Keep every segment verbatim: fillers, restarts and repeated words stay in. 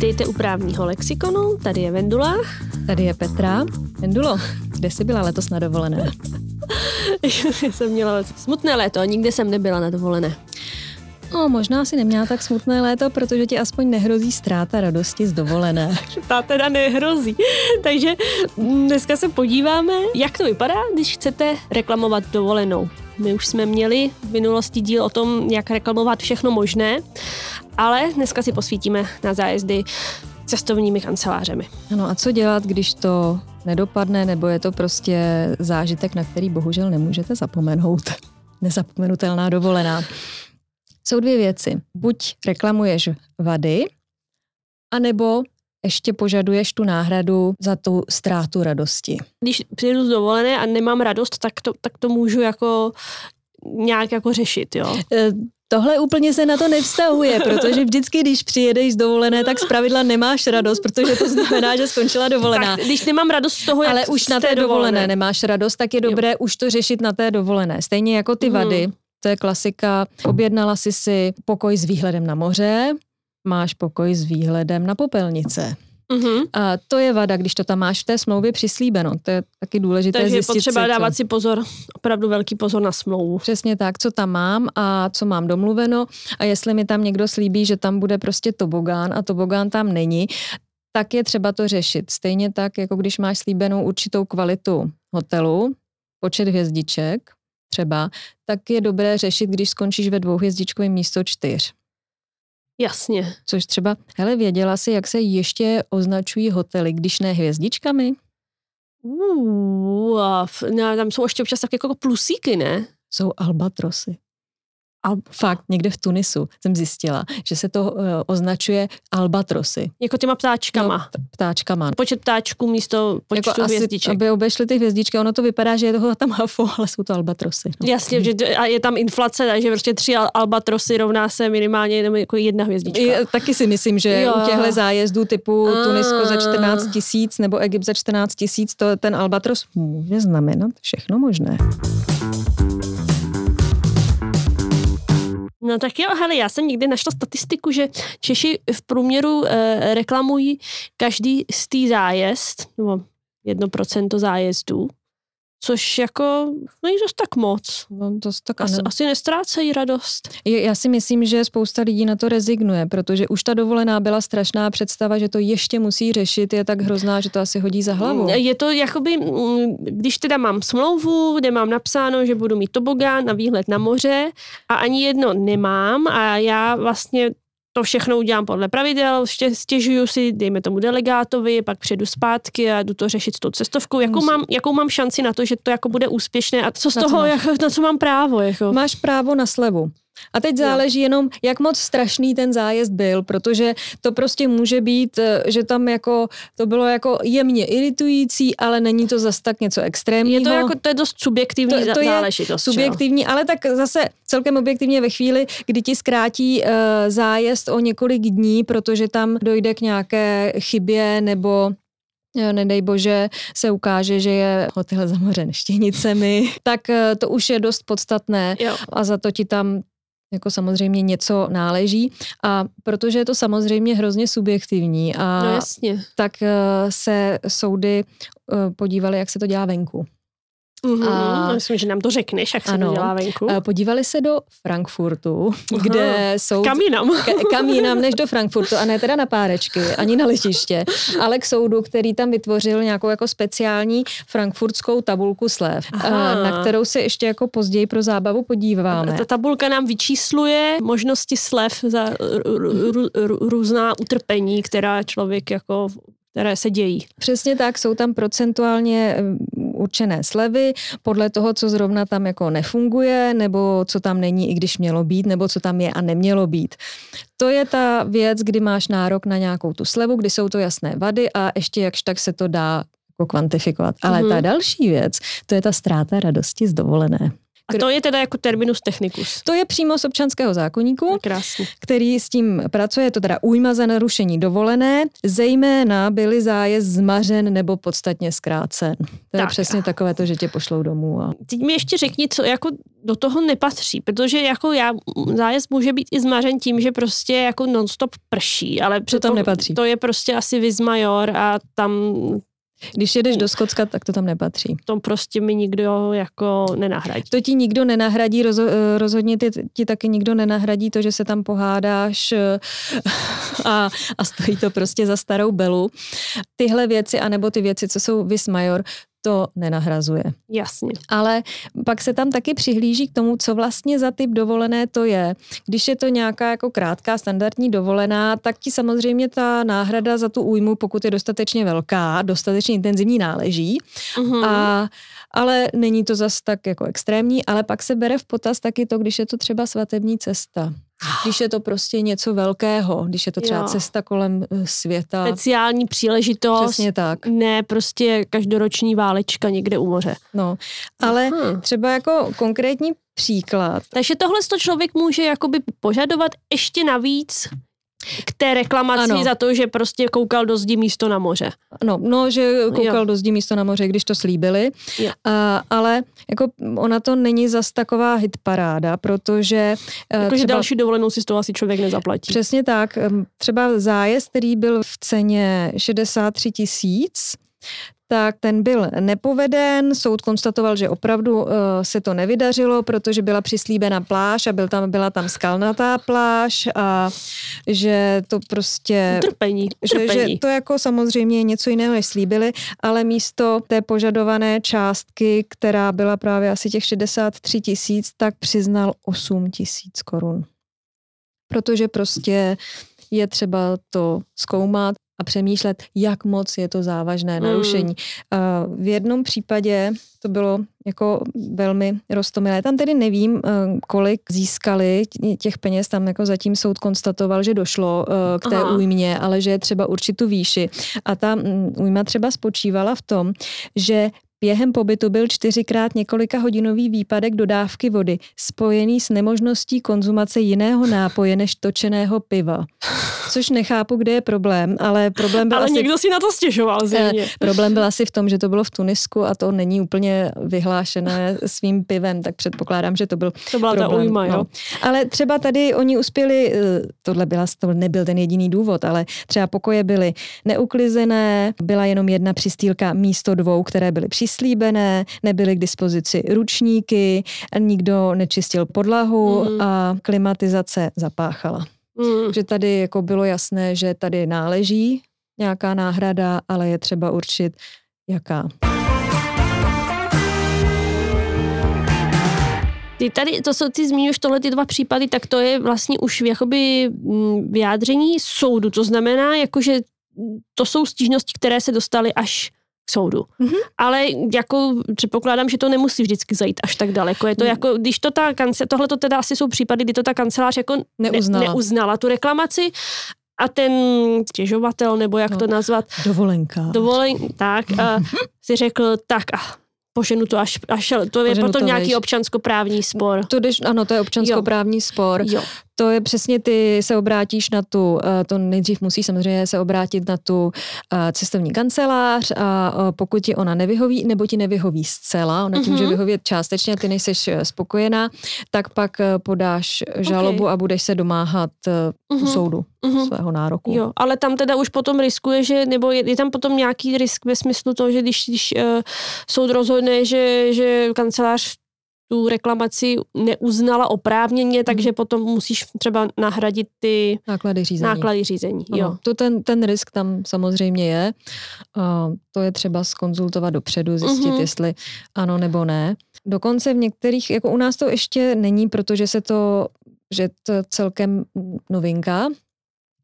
Vítejte u právního lexikonu, tady je Vendula. Tady je Petra. Vendulo, kde jsi byla letos na dovolené? Jsem měla smutné léto a nikde jsem nebyla na dovolené. No, možná si neměla tak smutné léto, protože ti aspoň nehrozí ztráta radosti z dovolené. Ta teda nehrozí. Takže dneska se podíváme, jak to vypadá, když chcete reklamovat dovolenou. My už jsme měli v minulosti díl o tom, jak reklamovat všechno možné, ale dneska si posvítíme na zájezdy cestovními kancelářemi. Ano, a co dělat, když to nedopadne, nebo je to prostě zážitek, na který bohužel nemůžete zapomenout. Nezapomenutelná dovolená. Jsou dvě věci. Buď reklamuješ vady, anebo ještě požaduješ tu náhradu za tu ztrátu radosti. Když přijedu z dovolené a nemám radost, tak to, tak to můžu jako nějak jako řešit, jo? E, tohle úplně se na to nevztahuje, protože vždycky, když přijedeš z dovolené, tak zpravidla nemáš radost, protože to znamená, že skončila dovolená. Tak, když nemám radost z toho, jak ale už na té dovolené, dovolené nemáš radost, tak je dobré jo. už to řešit na té dovolené. Stejně jako ty vady. Hmm. To je klasika. Objednala jsi si pokoj s výhledem na moře, máš pokoj s výhledem na popelnice. Mm-hmm. A to je vada, když to tam máš v té smlouvě přislíbeno. To je taky důležité Takže zjistit. Takže je potřeba si, dávat co... si pozor, opravdu velký pozor na smlouvu. Přesně tak, co tam mám a co mám domluveno a jestli mi tam někdo slíbí, že tam bude prostě tobogán a tobogán tam není, tak je třeba to řešit. Stejně tak, jako když máš slíbenou určitou kvalitu hotelu, počet hvězdiček, třeba, tak je dobré řešit, když skončíš ve dvouhvězdičkovém místo čtyř. Jasně. Což třeba, hele, věděla jsi, jak se ještě označují hotely, když ne hvězdičkami? Uh, no, tam jsou ještě občas tak jako plusíky, ne? Jsou albatrosy. A fakt, někde v Tunisu jsem zjistila, že se to uh, označuje albatrosy. Jako těma ptáčkama. No, ptáčkama. Počet ptáčků místo počtu jako hvězdiček. Asi, aby obešly ty hvězdičky, ono to vypadá, že je toho tam hafo, ale jsou to albatrosy. No. Jasně, že a je tam inflace, takže prostě tři albatrosy rovná se minimálně jenom jako jedna hvězdička. Je, taky si myslím, že jo. u těchto zájezdů typu a. Tunisko za čtrnáct tisíc nebo Egypt za čtrnáct tisíc, to ten albatros může znamenat všechno možné. No tak jo, hele, já jsem někdy našla statistiku, že Češi v průměru e, reklamují každý z tý zájezd, nebo jedno procento zájezdů, což jako není dost tak moc. No, dost tak asi, asi nestrácejí radost. Já si myslím, že spousta lidí na to rezignuje, protože už ta dovolená byla strašná představa, že to ještě musí řešit, je tak hrozná, že to asi hodí za hlavu. Je to jakoby, když teda mám smlouvu, kde mám napsáno, že budu mít tobogán na výhled na moře a ani jedno nemám a já vlastně to všechno udělám podle pravidel, stěžuju si, dejme tomu delegátovi, pak přijedu zpátky a jdu to řešit s tou cestovkou. Jakou mám, jakou mám šanci na to, že to jako bude úspěšné a co z na toho, jak, na co mám právo? Jako? Máš právo na slevu. A teď záleží no. jenom, jak moc strašný ten zájezd byl, protože to prostě může být, že tam jako, to bylo jako jemně iritující, ale není to zas tak něco extrémního. Je to jako, to je dost subjektivní to, to záležitost. Je subjektivní, ale tak zase celkem objektivně ve chvíli, kdy ti zkrátí uh, zájezd o několik dní, protože tam dojde k nějaké chybě nebo nedej bože, se ukáže, že je hotel zamořen štěnicemi, tak uh, to už je dost podstatné jo. a za to ti tam jako samozřejmě něco náleží a protože je to samozřejmě hrozně subjektivní a no jasně. tak uh, se soudy uh, podívaly, jak se to dělá venku. Mm-hmm. A myslím, že nám to řekneš, jak se ano, to dělá venku. Podívali se do Frankfurtu, Aha. kde jsou... Kam jinam? K- kam jinam než do Frankfurtu a ne teda na párečky, ani na letiště, ale k soudu, který tam vytvořil nějakou jako speciální frankfurtskou tabulku slev, Aha. na kterou se ještě jako později pro zábavu podíváme. Ta tabulka nám vyčísluje možnosti slev za r- r- r- různá utrpení, která člověk jako... které se dějí. Přesně tak, jsou tam procentuálně určené slevy podle toho, co zrovna tam jako nefunguje, nebo co tam není, i když mělo být, nebo co tam je a nemělo být. To je ta věc, kdy máš nárok na nějakou tu slevu, kdy jsou to jasné vady a ještě jakž tak se to dá jako kvantifikovat. Ale mm-hmm. ta další věc, to je ta ztráta radosti z dovolené. A to je teda jako terminus technicus. To je přímo z občanského zákoníku, Krásný. který s tím pracuje, je to teda újma za narušení dovolené, zejména byly zájezd zmařen nebo podstatně zkrácen. To tak. je přesně takové to, že tě pošlou domů. A... Teď mi ještě řekni, co jako do toho nepatří, protože jako já, zájezd může být i zmařen tím, že prostě jako non-stop prší, ale to tam nepatří. To je prostě asi vis major a tam... Když jedeš do Skotska, tak to tam nepatří. To prostě mi nikdo jako nenahradí. To ti nikdo nenahradí, roz, rozhodně ty, ti taky nikdo nenahradí to, že se tam pohádáš a, a stojí to prostě za starou belu. Tyhle věci, anebo ty věci, co jsou vis major, to nenahrazuje. Jasně. Ale pak se tam taky přihlíží k tomu, co vlastně za typ dovolené to je. Když je to nějaká jako krátká standardní dovolená, tak ti samozřejmě ta náhrada za tu újmu, pokud je dostatečně velká, dostatečně intenzivní, náleží. Uh-huh. A, ale není to zas tak jako extrémní, ale pak se bere v potaz taky to, když je to třeba svatební cesta. Když je to prostě něco velkého, když je to třeba jo. cesta kolem světa. Speciální příležitost. Přesně tak. Ne prostě každoroční válečka někde u moře. No, ale Aha. třeba jako konkrétní příklad. Takže tohle to člověk může jakoby požadovat ještě navíc k té reklamaci ano. za to, že prostě koukal do zdi místo na moře. No, no že koukal jo. do zdi místo na moře, když to slíbili. A, ale jako ona to není zas taková hitparáda, protože... Jakože další dovolenou si z toho asi člověk nezaplatí. Přesně tak. Třeba zájezd, který byl v ceně šedesát tři tisíc, tak ten byl nepoveden, soud konstatoval, že opravdu uh, se to nevydařilo, protože byla přislíbena pláž a byl tam, byla tam skalnatá pláž a že to prostě... Utrpení, utrpení. Že, že to jako samozřejmě je něco jiného, než slíbili, ale místo té požadované částky, která byla právě asi těch šedesát tři tisíc, tak přiznal osm tisíc korun. Protože prostě je třeba to zkoumat a přemýšlet, jak moc je to závažné narušení. Mm. V jednom případě to bylo jako velmi roztomilé. Tam tedy nevím, kolik získali těch peněz, tam jako zatím soud konstatoval, že došlo k té Aha. újmě, ale že je třeba určitou výši. A ta újma třeba spočívala v tom, že během pobytu byl čtyřikrát několika hodinový výpadek dodávky vody, spojený s nemožností konzumace jiného nápoje než točeného piva. Což nechápu, kde je problém, ale problém byl ale asi... někdo si na to stěžoval zřejmě. Problém byl asi v tom, že to bylo v Tunisku a to není úplně vyhlášené svým pivem, tak předpokládám, že to byl To byla problém. ta újma, jo. No. Ale třeba tady oni uspěli, tohle byla, to nebyl ten jediný důvod, ale třeba pokoje byly neuklizené, byla jenom jedna přistýlka místo dvou, které byly přislíbené, nebyly k dispozici ručníky, nikdo nečistil podlahu mm. a klimatizace zapáchala. Mm. Že tady jako bylo jasné, že tady náleží nějaká náhrada, ale je třeba určit, jaká. Ty tady, to jsou, ty zmínuješ tohle ty dva případy, tak to je vlastně už jakoby vyjádření soudu. To znamená, jakože to jsou stížnosti, které se dostaly až k soudu. Mm-hmm. Ale jako předpokládám, že to nemusí vždycky zajít až tak daleko. Je to mm. jako, když to ta kancelář, tohle to teda asi jsou případy, kdy to ta kancelář jako neuznala, ne, neuznala tu reklamaci a ten stěžovatel, nebo jak no, to nazvat. Dovolenka. Dovolen, tak, a si řekl, tak a poženu to až, až to je potom to nějaký veš. občanskoprávní spor. To jdeš, ano, to je občanskoprávní jo. spor. Jo. To je přesně, ty se obrátíš na tu, to nejdřív musíš samozřejmě se obrátit na tu cestovní kancelář a pokud ti ona nevyhoví, nebo ti nevyhoví zcela, ona ti může vyhovět částečně a ty nejseš spokojená, tak pak podáš žalobu okay. a budeš se domáhat uh-huh. u soudu uh-huh. svého nároku. Jo, ale tam teda už potom riskuje, že, nebo je, je tam potom nějaký risk ve smyslu toho, že když, když uh, soud rozhodne, že, že kancelář tu reklamaci neuznala oprávněně, takže potom musíš třeba nahradit ty náklady řízení. Náklady řízení jo. To ten, ten risk tam samozřejmě je. Uh, to je třeba zkonzultovat dopředu, zjistit, uh-huh. jestli ano nebo ne. Dokonce v některých, jako u nás to ještě není, protože se to, že to je celkem novinka,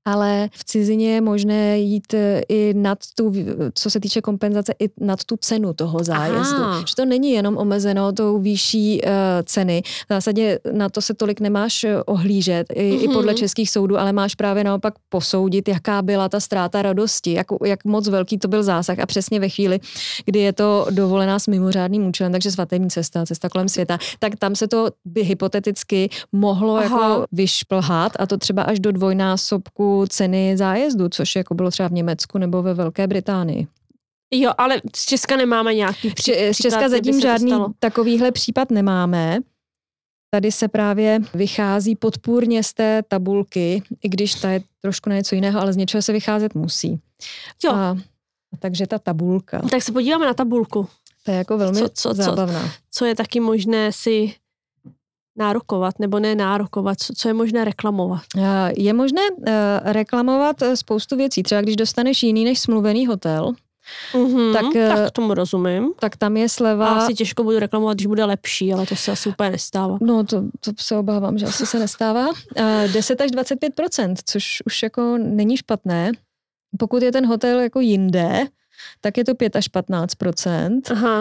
ale v cizině je možné jít i nad tu, co se týče kompenzace, i nad tu cenu toho zájezdu. Aha. Že to není jenom omezeno tou výší uh, ceny. V zásadě na to se tolik nemáš ohlížet, i, mm-hmm. i podle českých soudů, ale máš právě naopak posoudit, jaká byla ta ztráta radosti, jak, jak moc velký to byl zásah a přesně ve chvíli, kdy je to dovolená s mimořádným účelem, takže svatební cesta, cesta kolem světa, tak tam se to by hypoteticky mohlo Aha. jako vyšplhat a to třeba až do dvojnásobku ceny zájezdu, což jako bylo třeba v Německu nebo ve Velké Británii. Jo, ale z Česka nemáme nějaký příklad. Z Česka zatím žádný takovýhle případ nemáme. Tady se právě vychází podpůrně z té tabulky, i když ta je trošku na něco jiného, ale z něčeho se vycházet musí. Jo. A, a takže ta tabulka. Tak se podíváme na tabulku. To je jako velmi co, co, zábavná. Co, co je taky možné si nárokovat, nebo ne nárokovat, co, co je možné reklamovat? Je možné uh, reklamovat spoustu věcí. Třeba když dostaneš jiný než smluvený hotel, Mm-hmm, tak, tak tomu rozumím. Tak tam je sleva. A asi těžko budu reklamovat, když bude lepší, ale to se asi úplně nestává. No to, to se obávám, že asi se nestává. deset až dvacet pět procent, což už jako není špatné. Pokud je ten hotel jako jinde, tak je to pět až patnáct procent. Aha.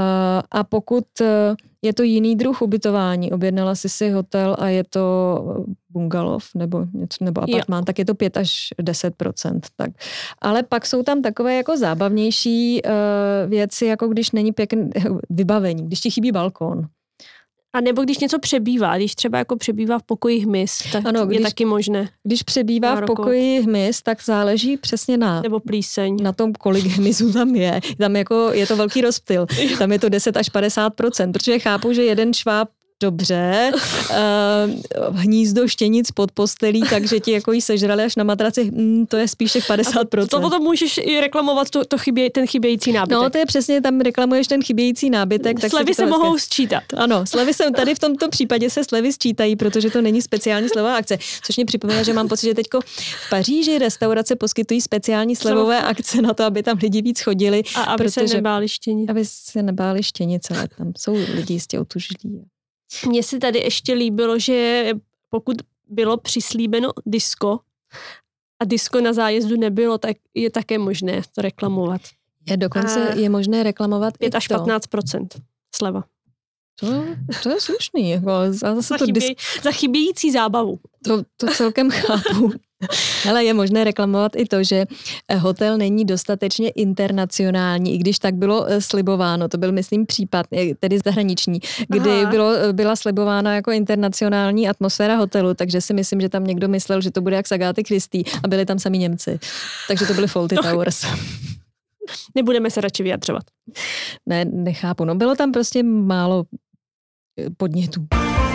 A pokud je to jiný druh ubytování, objednala jsi si hotel a je to bungalov nebo něco, nebo apartmán, jo. tak je to pět až deset procent. Tak. Ale pak jsou tam takové jako zábavnější uh, věci, jako když není pěkný vybavení, když ti chybí balkón. A nebo když něco přebývá, když třeba jako přebývá v pokoji hmyz, tak ano, když, je taky možné. Když přebývá v pokoji hmyz, tak záleží přesně na, nebo plíseň. Na tom, kolik hmyzu tam je. Tam jako je to velký rozptyl. Tam je to deset až padesát procent, protože chápu, že jeden šváb dobře, uh, hnízdo štěnic pod postelí, takže ti jako jí sežrali až na matraci, mm, to je spíš těch padesát procent. To potom můžeš i reklamovat to, to chybě, ten chybějící nábytek. No, to je přesně, tam reklamuješ ten chybějící nábytek. Tak slevy se, se mohou sčítat. Ano, slevy se, tady v tomto případě se slevy sčítají, protože to není speciální slevová akce, což mě připomíná, že mám pocit, že teďko v Paříži restaurace poskytují speciální slevové akce na to, aby tam lidi víc chodili. A aby protože, se nebáli štěnic. Aby se nebáli štěnic, ale tam jsou lidi jistě otužilí. Mně se tady ještě líbilo, že pokud bylo přislíbeno disko a disko na zájezdu nebylo, tak je také možné to reklamovat. Je dokonce a je možné reklamovat pět až patnáct procent sleva. To, to je slušný. Jako, zase za, to chyběj, disk... za chybějící zábavu. To, to celkem chápu. Ale je možné reklamovat i to, že hotel není dostatečně internacionální, i když tak bylo slibováno. To byl, myslím, případ, tedy zahraniční, kdy bylo, byla slibována jako internacionální atmosféra hotelu, takže si myslím, že tam někdo myslel, že to bude jak z Agáty Christie a byli tam sami Němci. Takže to byly Fawlty Towers. Nebudeme se radši vyjadřovat. Ne, nechápu. No bylo tam prostě málo podnětů.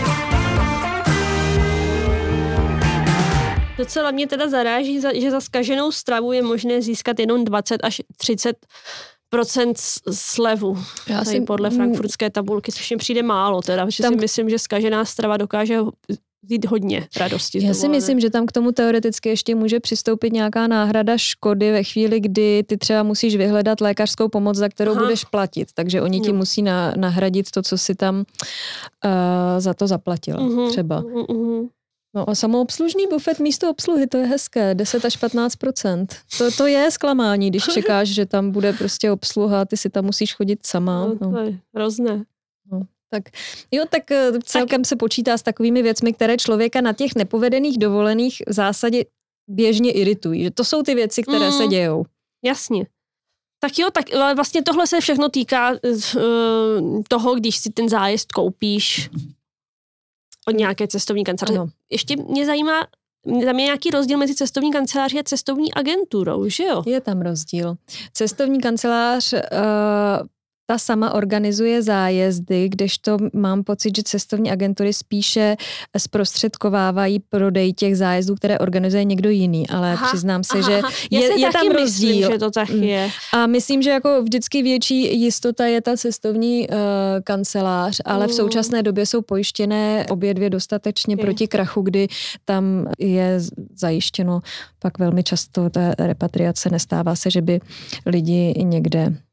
Docela mě teda zaráží, že za zkaženou stravu je možné získat jenom dvacet až třicet procent slevu. Já si podle frankfurtské tabulky, což mi přijde málo teda, že tam... si myslím, že zkažená strava dokáže vzít hodně radosti. Já si myslím, že tam k tomu teoreticky ještě může přistoupit nějaká náhrada škody ve chvíli, kdy ty třeba musíš vyhledat lékařskou pomoc, za kterou Aha. budeš platit. Takže oni ti no. musí na, nahradit to, co si tam uh, za to zaplatila uh-huh, třeba. Uh-huh. No a samoobslužný bufet místo obsluhy, to je hezké, deset až patnáct procent. To, to je zklamání, když čekáš, že tam bude prostě obsluha, ty si tam musíš chodit sama. No, no. To je hrozné. No, tak jo, tak celkem tak... se počítá s takovými věcmi, které člověka na těch nepovedených dovolených v zásadě běžně iritují. Že to jsou ty věci, které mm, se dějou. Jasně. Tak jo, tak vlastně tohle se všechno týká uh, toho, když si ten zájezd koupíš od nějaké cestovní kanceláře. Ano. Ještě mě zajímá, tam je nějaký rozdíl mezi cestovní kanceláří a cestovní agenturou, že jo? Je tam rozdíl. Cestovní kancelář uh, ta sama organizuje zájezdy, kdežto mám pocit, že cestovní agentury spíše zprostředkovávají prodej těch zájezdů, které organizuje někdo jiný, ale aha, přiznám se, aha, že aha. je, je tam rozdíl. Myslím, že to tak je. A myslím, že jako vždycky větší jistota je ta cestovní uh, kancelář, ale mm. v současné době jsou pojištěné obě dvě dostatečně okay. proti krachu, kdy tam je zajištěno pak velmi často ta repatriace. Nestává se, že by lidi někde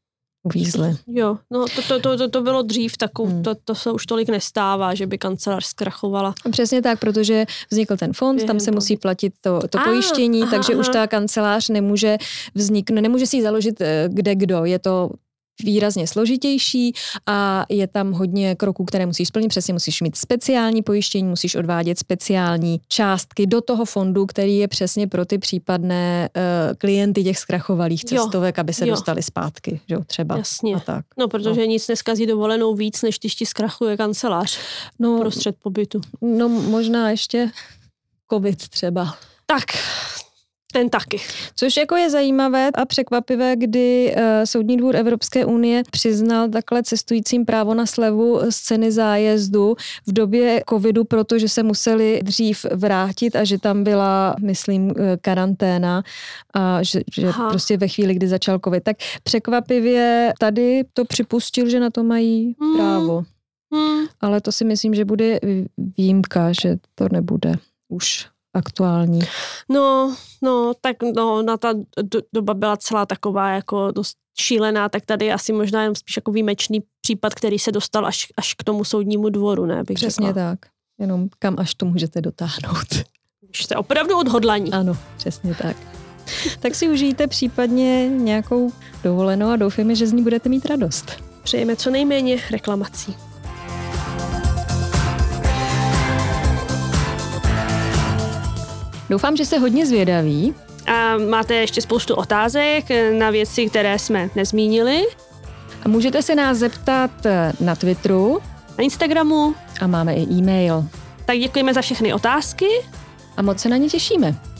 uvízli. Jo, no to, to, to, to, to bylo dřív, takovou, hmm. to, to se už tolik nestává, že by kancelář zkrachovala. Přesně tak, protože vznikl ten fond, Během tam se toho. musí platit to, to Ah, pojištění, aha, takže aha. už ta kancelář nemůže vzniknout, nemůže si ji založit kde kdo. Je to výrazně složitější a je tam hodně kroků, které musíš splnit. Přesně musíš mít speciální pojištění, musíš odvádět speciální částky do toho fondu, který je přesně pro ty případné uh, klienty těch zkrachovalých cestovek, jo, aby se jo. dostali zpátky, že jo, třeba. Jasně. A tak. No, protože no. nic neskazí dovolenou víc, než když ti zkrachuje kancelář no, prostřed pobytu. No možná ještě covid třeba. Tak, ten taky. Což jako je zajímavé a překvapivé, kdy uh, Soudní dvůr Evropské unie přiznal takhle cestujícím právo na slevu z ceny zájezdu v době covidu, protože se museli dřív vrátit a že tam byla, myslím, karanténa a že, že prostě ve chvíli, kdy začal covid. Tak překvapivě tady to připustil, že na to mají hmm. právo. Hmm. Ale to si myslím, že bude výjimka, že to nebude už aktuální. No, no, tak no, na ta do, doba byla celá taková jako dost šílená, tak tady asi možná jen spíš jako výjimečný případ, který se dostal až, až k tomu soudnímu dvoru, ne? Bych Přesně řekla. tak. Jenom kam až to můžete dotáhnout. Jste opravdu odhodlaní. Ano, přesně tak. Tak si užijte případně nějakou dovolenou a doufejme, že z ní budete mít radost. Přejeme co nejméně reklamací. Doufám, že se hodně zvědaví. A máte ještě spoustu otázek na věci, které jsme nezmínili. A můžete se nás zeptat na Twitteru. Na Instagramu. A máme i e-mail. Tak děkujeme za všechny otázky. A moc se na ně těšíme.